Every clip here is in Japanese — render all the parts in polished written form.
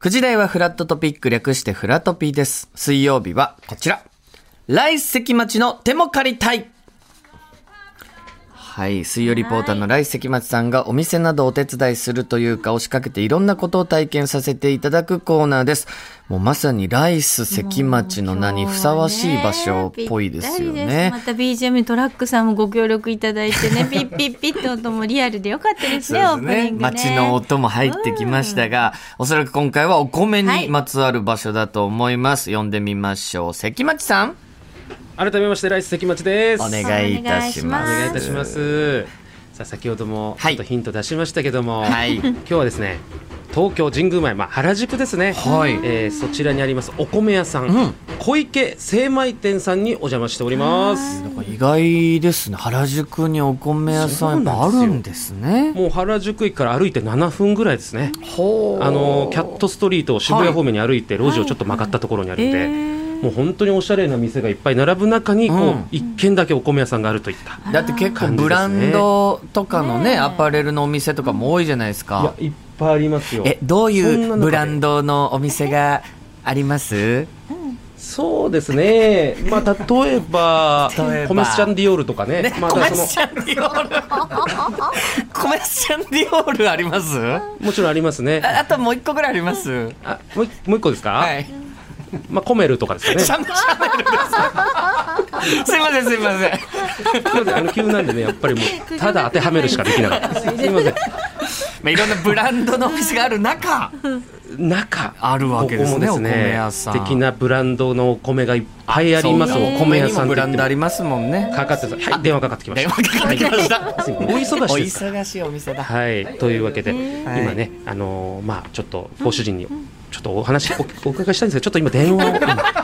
9時台はフラットトピック、略してフラトピーです。水曜日はこちら。来関町の手も借りたい。はい、水曜リポーターの来関町さんがお店などお手伝いするというか押しかけていろんなことを体験させていただくコーナーです。もうまさにライス関町の名にふさわしい場所っぽいですよね。 また BGM トラックさんもご協力いただいてね、ピッピッピッって音もリアルでよかったですね。オープニングね。 街の音も入ってきましたが、おそらく今回はお米にまつわる場所だと思います。呼んでみましょう。関町さん。 改めましてライス関町です。 お願いいたします。 お願いいたします。さあ先ほどもちょっとヒント出しましたけども、はい、今日はですね東京神宮前、原宿ですね、はい、そちらにありますお米屋さん、小池精米店さんにお邪魔しております。 なんか意外ですね。原宿にお米屋さんやっぱあるんですね。 もう原宿駅から歩いて7分ぐらいですね。キャットストリートを渋谷方面に歩いて路地をちょっと曲がったところにあるので、もう本当におしゃれな店がいっぱい並ぶ中にこう、一軒だけお米屋さんがあるといった、 だって結構ブランドとかのねアパレルのお店とかも多いじゃないですか。 いっぱいありますよ。 どういうブランドのお店があります？ そうですね、例えばコメスチャンディオールとかね、 コメスチャンディオールコメスチャンディオールあります？ もちろんありますね。 あともう一個ぐらいあります？ もう一個ですか？はい、コメルとかですかね。 シャネルですすいませんすいません急なんでね、やっぱりもうただ当てはめるしかできなかったです。すいません。 いろんなブランドのお店がある中あるわけですね。お米屋さん、 素敵なブランドのお米がいっぱいあります。お米屋さんブランドありますもんね。 かかってはい、電話かかってきました。お忙しいお店だ。 はい、というわけで、今ねちょっとご主人にちょっとお話お伺いしたいんですけど、ちょっと今電話を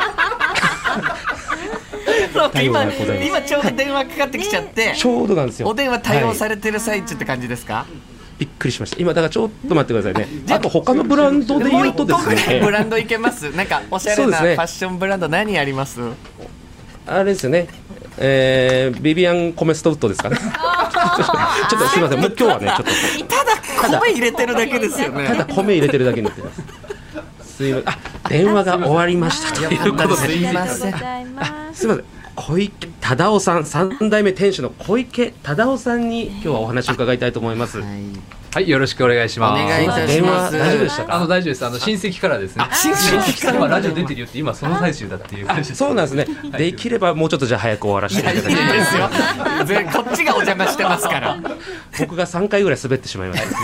今ちょうど電話かかってきちゃって、 ちょうどなんですよ。 お電話対応されてる最中って感じですか？ びっくりしました。今だからちょっと待ってくださいね。あと他のブランドで言うとですね、 ブランドいけます？なんかおしゃれなファッションブランド何あります？ あれですよね、ビビアンコメストウッドですかね。ちょっとすみません、もう今日はねちょっとただ米入れてるだけですよね。 ただ米入れてるだけになってます。すいません。電話が終わりましたということで、 すいません。 すいません。小池忠夫さん、3代目店主の小池忠夫さんに今日はお話を伺いたいと思います。 はい、よろしくお願いします。 お願いいたします。 電話大丈夫でしたか？ 大丈夫です。親戚からですね。親戚から今ラジオ出てるよって今その最中だっていう感じです。 そうなんですね。できればもうちょっとじゃあ早く終わらせていただきたいですよ。 こっちがお邪魔してますから。 僕が3回ぐらい滑ってしまいました。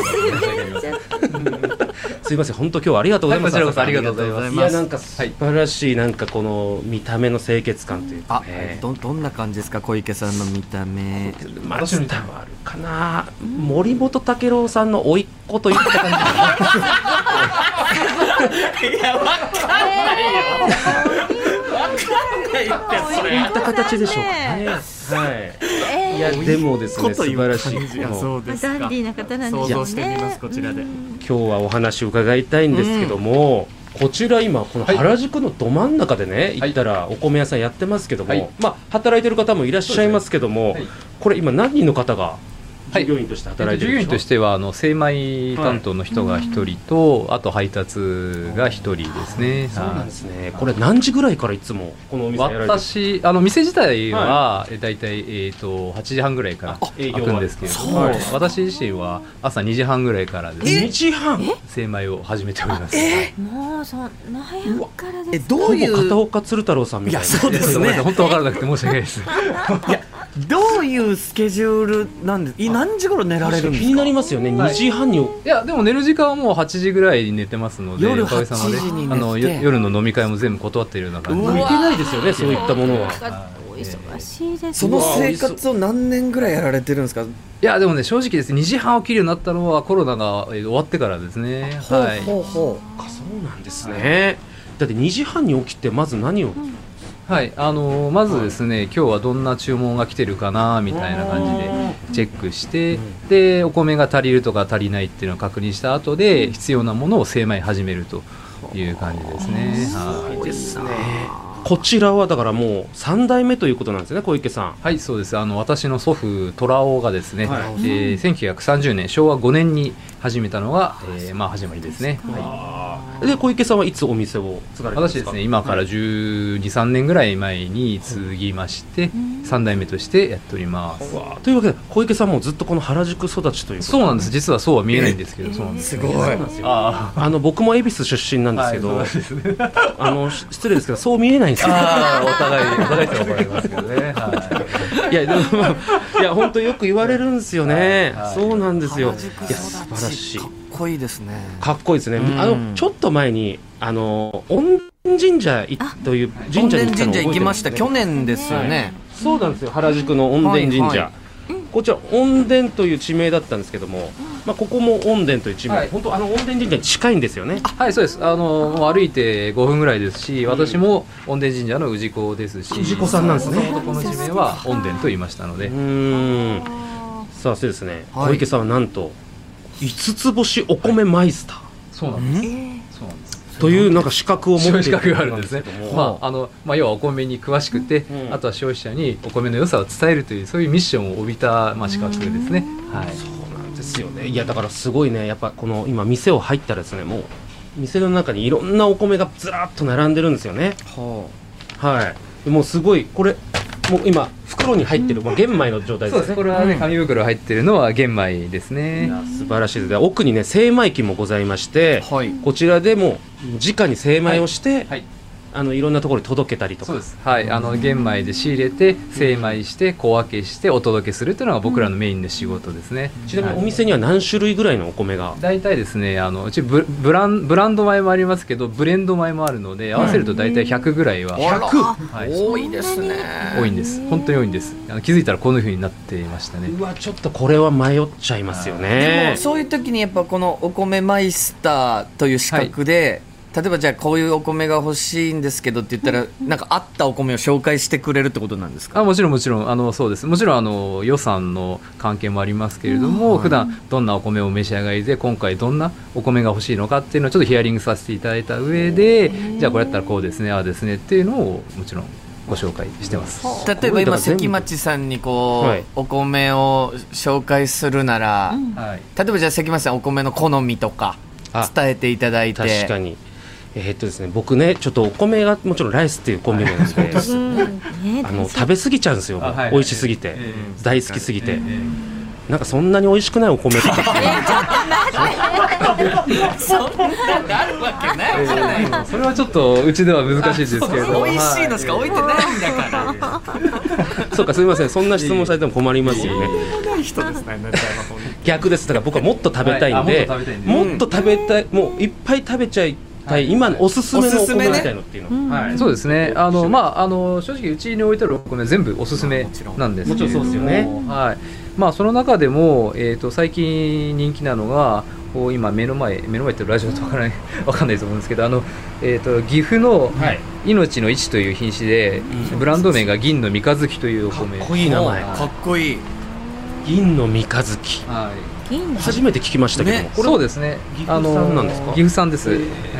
すいません、本当今日はありがとうございます。 こちらこそありがとうございます。 いや、なんか素晴らしい、なんかこの見た目の清潔感というかね。 どんな感じですか、小池さんの見た目。 まず伝わるかな。森本武郎さんの甥っ子といった感じ。いや、わかんないよ。 そういった形でしょうかね。はい。いや、でもですね、素晴らしい。 ダンディーな方なんですよね。 想像してみます、こちらで。 今日はお話を伺いたいんですけども、こちら今この原宿のど真ん中でね、行ったらお米屋さんやってますけども、働いてる方もいらっしゃいますけども、これ今何人の方が従業員として働いてるんですか？ 従業員としては精米担当の人が1人と、あと配達が1人ですね。 そうなんですね。これ何時ぐらいからいつもこのお店やられてるんですか？ 店自体はだいたい8時半ぐらいから開くんですけれども、私自身は朝2時半ぐらいからですね、 2時半精米を始めております。 もうそんな早くからです。 どういう片岡鶴太郎さんみたいな。 そうですね。 本当分からなくて申し訳ないです。 いや、どういうスケジュールなんで、何時頃寝られるんですか？ 気になりますよね。2時半に。 いや、でも寝る時間はもう8時ぐらいに寝てますので、 夜おかげさまで 8時に寝て夜の飲み会も全部断っているような感じで。 いけないですよね、そういったものは。 お忙しいですね。 その生活を何年ぐらいやられてるんですか？ いや、でもね、正直ですね、2時半起きるようになったのはコロナが終わってからですね。はい。 そうなんですね。だって2時半に起きてまず何を？ はい、まずですね、今日はどんな注文が来てるかなみたいな感じでチェックして、でお米が足りるとか足りないっていうのを確認した後で必要なものを精米始めるという感じですね。 はいですね。こちらはだからもう3代目ということなんですね、小池さん。 はい、そうです。私の祖父虎尾がですね、1930年昭和5年に、 始めたのが、始まりですね。 で小池さんはいつお店を継がれたんですか？ 私ですね、今から12、13年ぐらい前に継ぎまして、3代目としてやっております。 というわけで小池さんもずっとこの原宿育ちというそうなんです。実はそうは見えないんですけど、そうなんです。 すごい。 僕も恵比寿出身なんですけど、失礼ですけどそう見えないんですよ。 お互いって怒られますけどね。 いやでもいや本当よく言われるんですよね。そうなんですよ。いや素晴らしい。 かっこいいですね。 かっこいいですね。ちょっと前に恩田神社という神社に行ったのを覚えてますね。恩田神社行きました。去年ですよね。そうなんですよ。原宿の恩田神社。こちら恩田という地名だったんですけども、ここも恩田という地名、本当恩田神社に近いんですよね。 はい、そうです。歩いて5分ぐらいですし、私も恩田神社の氏子ですし、 氏子さんなんですね。 もともとこの地名は恩田と言いましたので。 さあそうですね。小池さんはなんと5つ星お米マイスター。 そうなんです。そうなんです。 というなんか資格を持っている資格があるんですね。要はお米に詳しくて、あとは消費者にお米の良さを伝えるというそういうミッションを帯びた資格ですね。はい。 そうなんですよね。いやだからすごいね、やっぱこの今店を入ったらですね、もう店の中にいろんなお米がずらっと並んでるんですよね。はい。もうすごいこれもう今袋に入ってる玄米の状態ですね。 これはね、紙袋入ってるのは玄米ですね。 いや素晴らしいです。奥にね精米機もございまして、こちらでも直に精米をして、いろんなところに届けたりとか。 そうです。はい。玄米で仕入れて精米して小分けしてお届けするというのが僕らのメインの仕事ですね。 ちなみにお店には何種類ぐらいのお米が？ 大体ですね、うちブランド米もありますけどブレンド米もあるので合わせると大体100ぐらいは。 100？ 多いですね。 多いんです。本当に多いんです。気づいたらこんな風になっていましたね。 うわ、ちょっとこれは迷っちゃいますよね。 でもそういう時にやっぱこのお米マイスターという資格で、例えばじゃあこういうお米が欲しいんですけどって言ったら、なんか合ったお米を紹介してくれるってことなんですか？ もちろんそうです。もちろん予算の関係もありますけれども、普段どんなお米をお召し上がりで今回どんなお米が欲しいのかっていうのをちょっとヒアリングさせていただいた上で、じゃあこれやったらこうですね、ああですねっていうのをもちろんご紹介してます。 例えば今関町さんにお米を紹介するなら、例えばじゃあ関町さんお米の好みとか伝えていただいて。 確かにですね、僕ねちょっとお米がもちろんライスっていうコンビ名なので食べ過ぎちゃうんですよ。美味しすぎて、大好きすぎて、なんかそんなに美味しくないお米とかそんなのあるわけないじゃない。 それはちょっとうちでは難しいですけれど、 美味しいのしか置いてないんだから。 そうか、すみません、そんな質問されても困りますよね。逆です。だから僕はもっと食べたいんで、もっと食べたい、もういっぱい食べちゃい今おすすめのお米みたいのっていうの、 そうですね。正直うちに置いてあるお米全部おすすめなんですけれども、もちろんそうですよね。はい。その中でも最近人気なのが今目の前ってラジオとわかんないと思うんですけど、岐阜の命の一という品種で、ブランド名が銀の三日月というお米。 かっこいい名前。 かっこいい。銀の三日月。初めて聞きましたけども、 そうですね。 岐阜産なんですか？ 岐阜産です。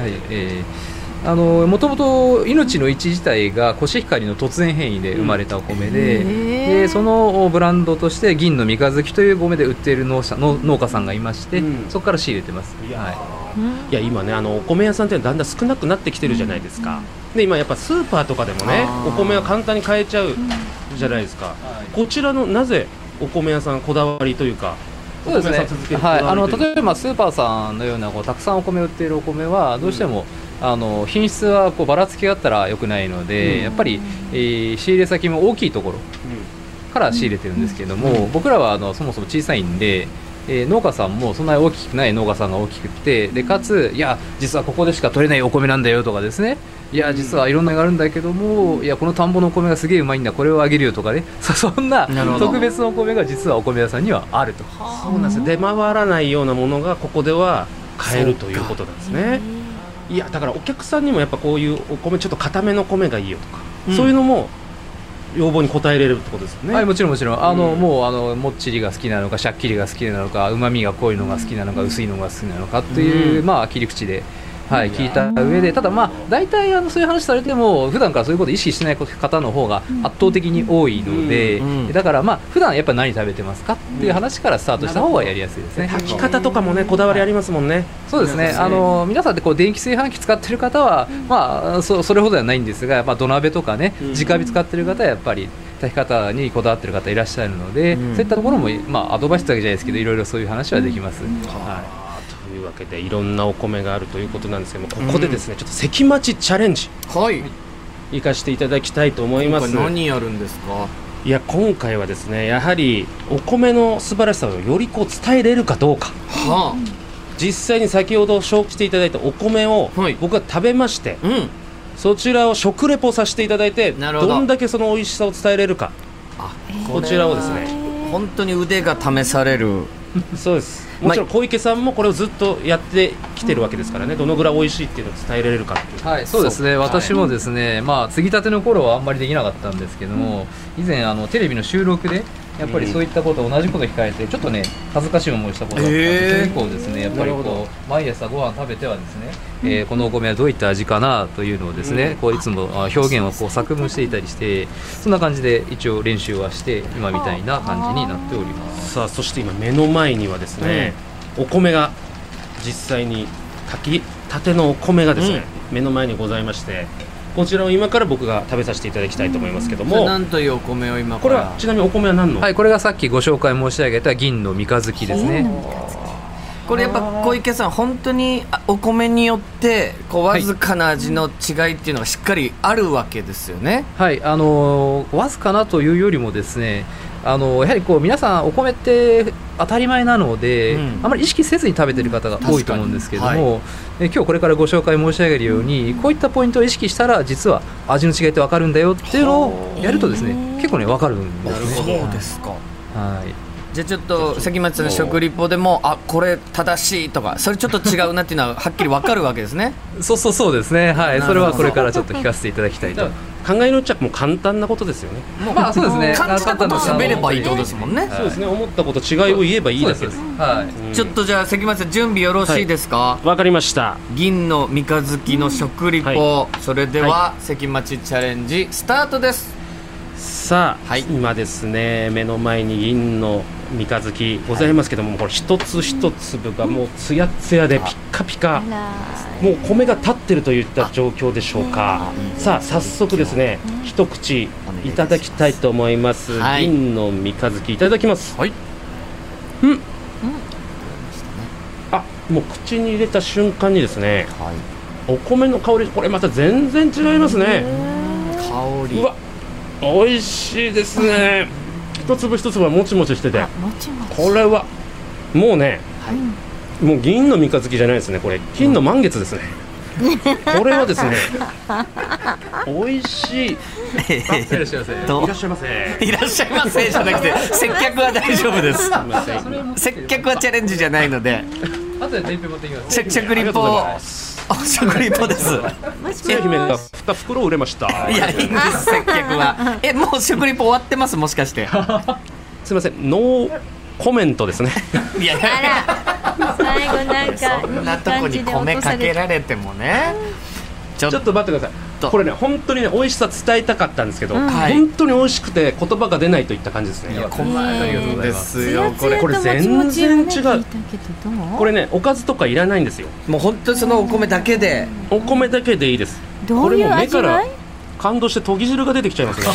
もともと命の一自体がコシヒカリの突然変異で生まれたお米で、そのブランドとして銀の三日月という米で売っている農家さんがいまして、そこから仕入れてます。いや今ねお米屋さんってだんだん少なくなってきてるじゃないですか。で今やっぱスーパーとかでもねお米は簡単に買えちゃうじゃないですか。こちらのなぜお米屋さんこだわりというか。 そうですね。例えばスーパーさんのようなたくさんお米を売っているお米はどうしても、品質はばらつきがあったら良くないので、やっぱり、仕入れ先も大きいところから仕入れてるんですけれども、僕らはそもそも小さいんで、農家さんもそんなに大きくない農家さんが大きくて、でかついや実はここでしか取れないお米なんだよとかですね、いや実はいろんなのがあるんだけども、いやこの田んぼのお米がすげえうまいんだ、これをあげるよとかね、そんな特別なお米が実はお米屋さんにはあると。 そうなんです。出回らないようなものがここでは買えるということなんですね。いやだからお客さんにもやっぱこういうお米ちょっと固めの米がいいよとか、そういうのも要望に応えれるってことですよね。 はい、もちろんもちろん。もうもっちりが好きなのかシャッキリが好きなのか、うまみが濃いのが好きなのか薄いのが好きなのかっていう、切り口ではい、聞いた上で、ただ大体そういう話されても普段からそういうことを意識しない方の方が圧倒的に多いので、だから普段やっぱ何食べてますかっていう話からスタートした方がやりやすいですね。 炊き方とかもねこだわりありますもんね。 そうですね、皆さんで電気炊飯器使ってる方は、それほどではないんですが、土鍋とかね直火使ってる方はやっぱり炊き方にこだわってる方いらっしゃるので、そういったところも、アドバイスだけじゃないですけどいろいろそういう話はできます。 というわけでいろんなお米があるということなんですけども、ここでですねちょっと関町チャレンジ行かせていただきたいと思います。 何やるんですか？ いや今回はですねやはりお米の素晴らしさをより伝えれるかどうか、実際に先ほど紹介していただいたお米を僕が食べまして、そちらを食レポさせていただいて どんだけその美味しさを伝えれるか、こちらをですね本当に腕が試される。 そうです。もちろん小池さんもこれをずっとやってきてるわけですからね、どのぐらい美味しいっていうのを伝えられるかっていう。 はい、そうですね。私もですね、継ぎたての頃はあんまりできなかったんですけども、以前テレビの収録でやっぱりそういったこと同じこと控えてちょっとね恥ずかしい思いしたことがあったので、それ以降ですねやっぱり毎朝ご飯食べてはですね、このお米はどういった味かなというのをですね、いつも表現を作文していたりして、そんな感じで一応練習はして今みたいな感じになっております。 さあそして今目の前にはですね、お米が実際に炊きたてのお米がですね、目の前にございまして、こちらを今から僕が食べさせていただきたいと思いますけども、 何というお米を今から。 これはちなみにお米は何の？ はい、これがさっきご紹介申し上げた銀の三日月ですね。 これやっぱ小池さん本当にお米によってわずかな味の違いっていうのがしっかりあるわけですよね。 はい、わずかなというよりもですね、やはり皆さんお米って当たり前なので、あまり意識せずに食べてる方が多いと思うんですけども、今日これからご紹介申し上げるようにこういったポイントを意識したら実は味の違いって分かるんだよっていうのをやるとですね結構ね分かるんですね。 そうですか。 はい、 じゃあちょっと関町さんの食リポでもこれ正しいとかそれちょっと違うなっていうのははっきり分かるわけですね。 そうですね。はい、それはこれからちょっと聞かせていただきたいと。 考えのうちはもう簡単なことですよね。 そうですね。 簡単なことを喋ればいいってことですもんね。 そうですね。思ったこと違いを言えばいいだけです。 はい。 ちょっとじゃあ関町さん準備よろしいですか？ わかりました。 銀の三日月の食リポ、それでは関町チャレンジスタートです。 さあ、今ですね目の前に銀の三日月ございますけども、これ一つ一粒がもうツヤツヤでピッカピカ、もう米が立ってるといった状況でしょうか。さあ早速ですね一口いただきたいと思います。銀の三日月いただきます。もう口に入れた瞬間にですね、お米の香り、これまた全然違いますね。 香り、 うわ美味しいですね。一粒一粒はもちもちしてて、これはもうね、もう銀の三日月じゃないですね、これ金の満月ですね。これはですね美味しい。いらっしゃいませ。 いらっしゃいませ。 いらっしゃいませじゃなくて接客は大丈夫です。接客はチャレンジじゃないので。 あとでテープ持ってきます。 食リポ。食リポです。 姫が2袋売れました。 いやいいんです接客は。もう食リポ終わってますもしかして。 すみませんノーコメントですね。 いや最後なんかそんなとこに米かけられてもね。 ちょっと待ってください。これね本当にね美味しさ伝えたかったんですけど、本当に美味しくて言葉が出ないといった感じですね。 困るんですよ。これ全然違う。これねおかずとかいらないんですよ。 もう本当にそのお米だけで。 お米だけでいいです。 どういう味わい？ 感動してとぎ汁が出てきちゃいますね。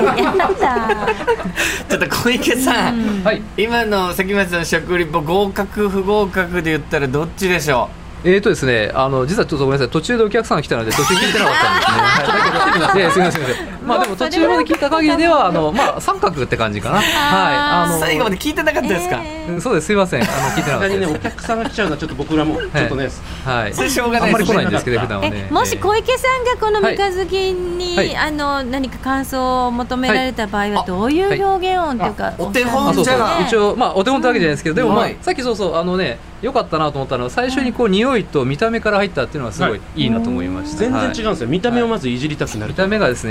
ちょっと小池さん、今の関町さんの食リポ合格不合格で言ったらどっちでしょう？ ですね、実はちょっとごめんなさい、途中でお客さんが来たので途中聞いてなかったんですね。すみません。でも途中まで聞いた限りでは三角って感じかな。 最後まで聞いてなかったですか？ そうです。すみません。聞いてなかったです。 お客さんが来ちゃうのはちょっと僕らもちょっとね、 それしょうがないです。 あんまり来ないんですけど普段はね。 もし小池さんがこの三日月に何か感想を求められた場合はどういう表現音というか。 お手本じゃ一応お手本ってわけじゃないですけど、でもさっき良かったなと思ったのは最初に匂いと見た目から入ったっていうのはすごいいいなと思いました。 全然違うんですよ。見た目をまずいじりたくなる。 見た目がですね非常に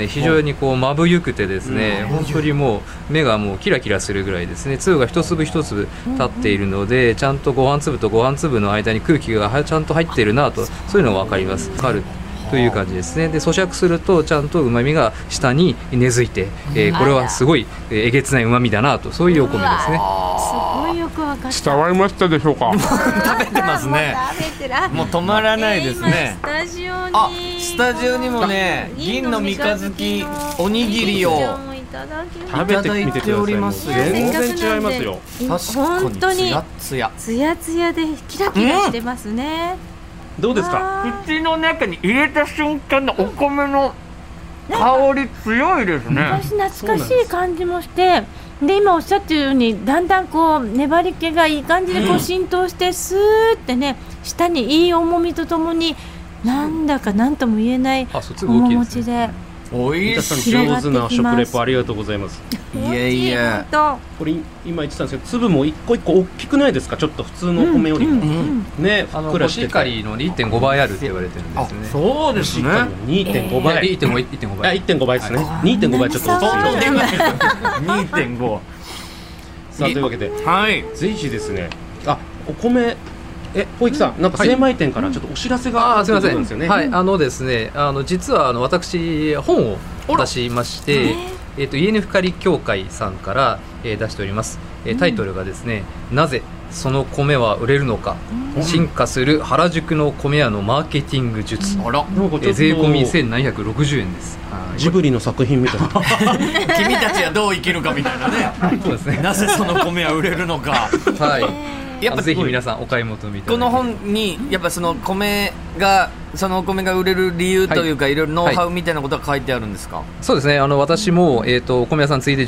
にこうまぶゆくてですね、本当にもう目がもうキラキラするぐらいですね、粒が一粒一粒立っているので、ちゃんとご飯粒とご飯粒の間に空気がちゃんと入っているなと、そういうのが分かります。という感じですね。で咀嚼するとちゃんと旨味が舌に根付いて、これはすごいえげつない旨味だなと、そういうお米ですね。 すごいよくわかった。 伝わりましたでしょうか。 食べてますね。もう止まらないですね。 スタジオにもね、銀の三日月おにぎりを食べてみてください。もう全然違いますよ。 本当にツヤツヤツヤでキラキラしてますね。 どうですか。 口の中に入れた瞬間のお米の香り強いですね。 昔懐かしい感じもして、で今おっしゃってるようにだんだんこう粘り気がいい感じでこう浸透してスーってね、舌にいい重みとともになんだか何とも言えない面持ちで。 おいしい。 上手な食レポありがとうございます。 いやいや、 これ今言ってたんですけど、粒も一個一個大きくないですか。ちょっと普通のお米よりもね、ふっくらしてコシヒカリの 2.5 倍あるって言われてるんですね。 そうですね。 2.5 倍、1.5倍ですね。2.5倍ちょっと相当でかい。2.5。 さあというわけで、 はい、 ぜひですね、お米小池さん、なんか精米店からちょっとお知らせがすみませんですよね。はい、ですね、実は私本を出しまして、家根深り協会さんから、出しております。タイトルがですね、なぜその米は売れるのか、進化する原宿の米屋のマーケティング術。税込み1760円です。 ジブリの作品みたいな。 君たちはどう生きるかみたいなね。 そうですね。 なぜその米は売れるのか。 はい。やっぱぜひ皆さんお買い求めいただいて、 この本にやっぱそのお米が売れる理由というか、いろいろノウハウみたいなことが書いてあるんですか。 そうですね。私もお米屋さん継いで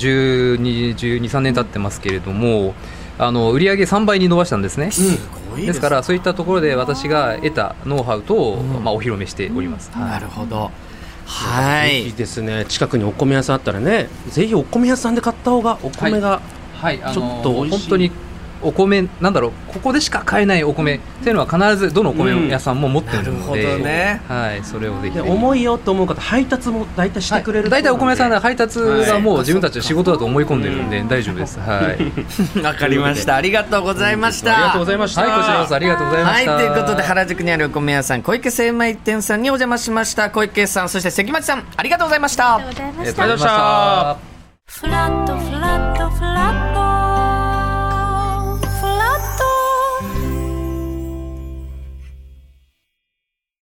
12、13年経ってますけれども、売り上げ3倍に伸ばしたんですね。ですからそういったところで私が得たノウハウと、お披露目しております。 なるほど。 はい。ぜひですね、近くにお米屋さんあったらね、ぜひお米屋さんで買った方がお米がちょっと美味しい。 本当にお米ここでしか買えないお米っていうのは必ずどのお米屋さんも持ってるので、 なるほどね。 はい、それをぜひ重いよと思う方、配達も大体してくれる。 大体お米屋さんで配達がもう自分たちの仕事だと思い込んでるんで大丈夫です。はい。 わかりました。ありがとうございました。 ありがとうございました。 はい、こちらこそありがとうございました。 はい、ということで原宿にあるお米屋さん小池精米店さんにお邪魔しました。小池さん、そして関町さん、ありがとうございました。 ありがとうございました。 ありがとうございました。 フラットフラットフラット